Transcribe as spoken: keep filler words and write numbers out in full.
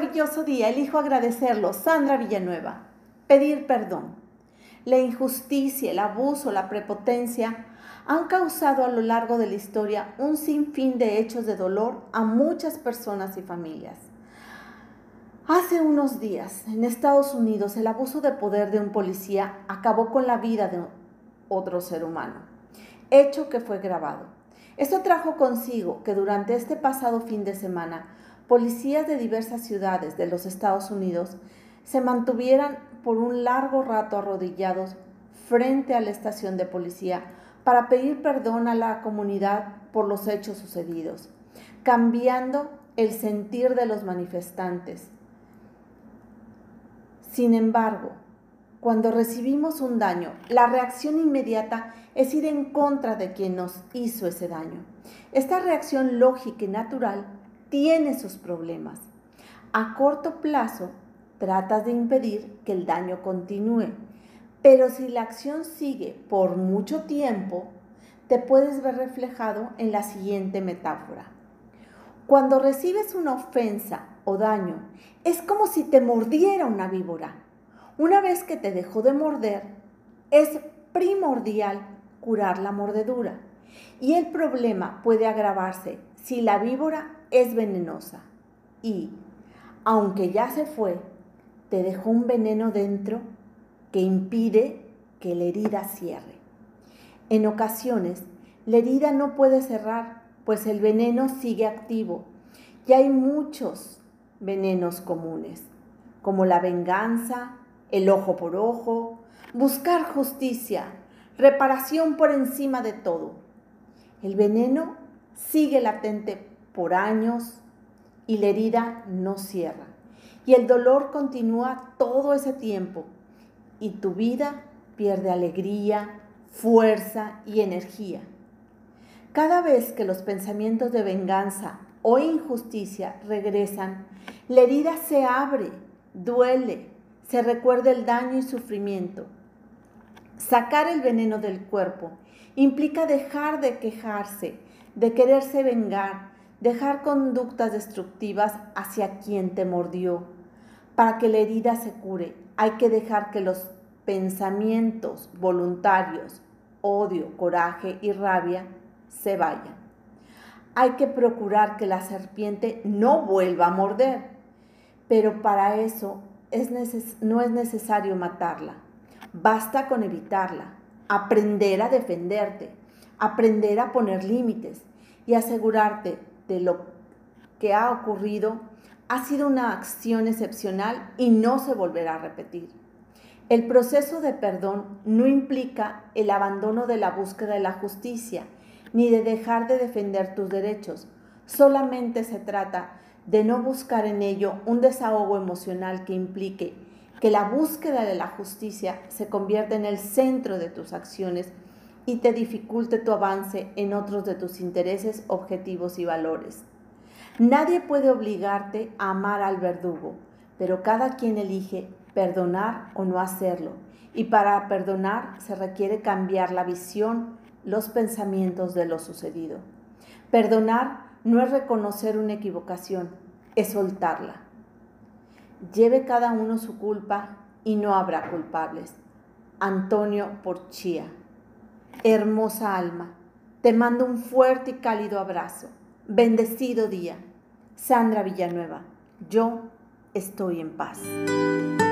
maravilloso día. Elijo agradecerlo. Sandra Villanueva. Pedir perdón. La injusticia, el abuso, la prepotencia han causado a lo largo de la historia un sinfín de hechos de dolor a muchas personas y familias. Hace unos días, en Estados Unidos, el abuso de poder de un policía acabó con la vida de otro ser humano, hecho que fue grabado. Esto trajo consigo que durante este pasado fin de semana, policías de diversas ciudades de los Estados Unidos se mantuvieran por un largo rato arrodillados frente a la estación de policía para pedir perdón a la comunidad por los hechos sucedidos, cambiando el sentir de los manifestantes. Sin embargo, cuando recibimos un daño, la reacción inmediata es ir en contra de quien nos hizo ese daño. Esta reacción lógica y natural tiene sus problemas. A corto plazo, tratas de impedir que el daño continúe, pero si la acción sigue por mucho tiempo, te puedes ver reflejado en la siguiente metáfora. Cuando recibes una ofensa o daño, es como si te mordiera una víbora. Una vez que te dejó de morder, es primordial curar la mordedura. Y el problema puede agravarse si la víbora es venenosa. Y, aunque ya se fue, te dejó un veneno dentro que impide que la herida cierre. En ocasiones, la herida no puede cerrar, pues el veneno sigue activo. Y hay muchos venenos comunes, como la venganza, el ojo por ojo, buscar justicia, reparación por encima de todo. El veneno sigue latente por años y la herida no cierra. Y el dolor continúa todo ese tiempo y tu vida pierde alegría, fuerza y energía. Cada vez que los pensamientos de venganza o injusticia regresan, la herida se abre, duele, se recuerda el daño y sufrimiento. Sacar el veneno del cuerpo implica dejar de quejarse, de quererse vengar, dejar conductas destructivas hacia quien te mordió. Para que la herida se cure, hay que dejar que los pensamientos voluntarios, odio, coraje y rabia se vayan. Hay que procurar que la serpiente no vuelva a morder, pero para eso es neces- no es necesario matarla. Basta con evitarla, aprender a defenderte, aprender a poner límites y asegurarte de lo que ha ocurrido ha sido una acción excepcional y no se volverá a repetir. El proceso de perdón no implica el abandono de la búsqueda de la justicia, ni de dejar de defender tus derechos. Solamente se trata de no buscar en ello un desahogo emocional que implique que la búsqueda de la justicia se convierta en el centro de tus acciones y te dificulte tu avance en otros de tus intereses, objetivos y valores. Nadie puede obligarte a amar al verdugo, pero cada quien elige perdonar o no hacerlo. Y para perdonar se requiere cambiar la visión, los pensamientos de lo sucedido. Perdonar no es reconocer una equivocación, es soltarla. Lleve cada uno su culpa y no habrá culpables. Antonio Porchia. Hermosa alma, te mando un fuerte y cálido abrazo. Bendecido día. Sandra Villanueva. Yo estoy en paz.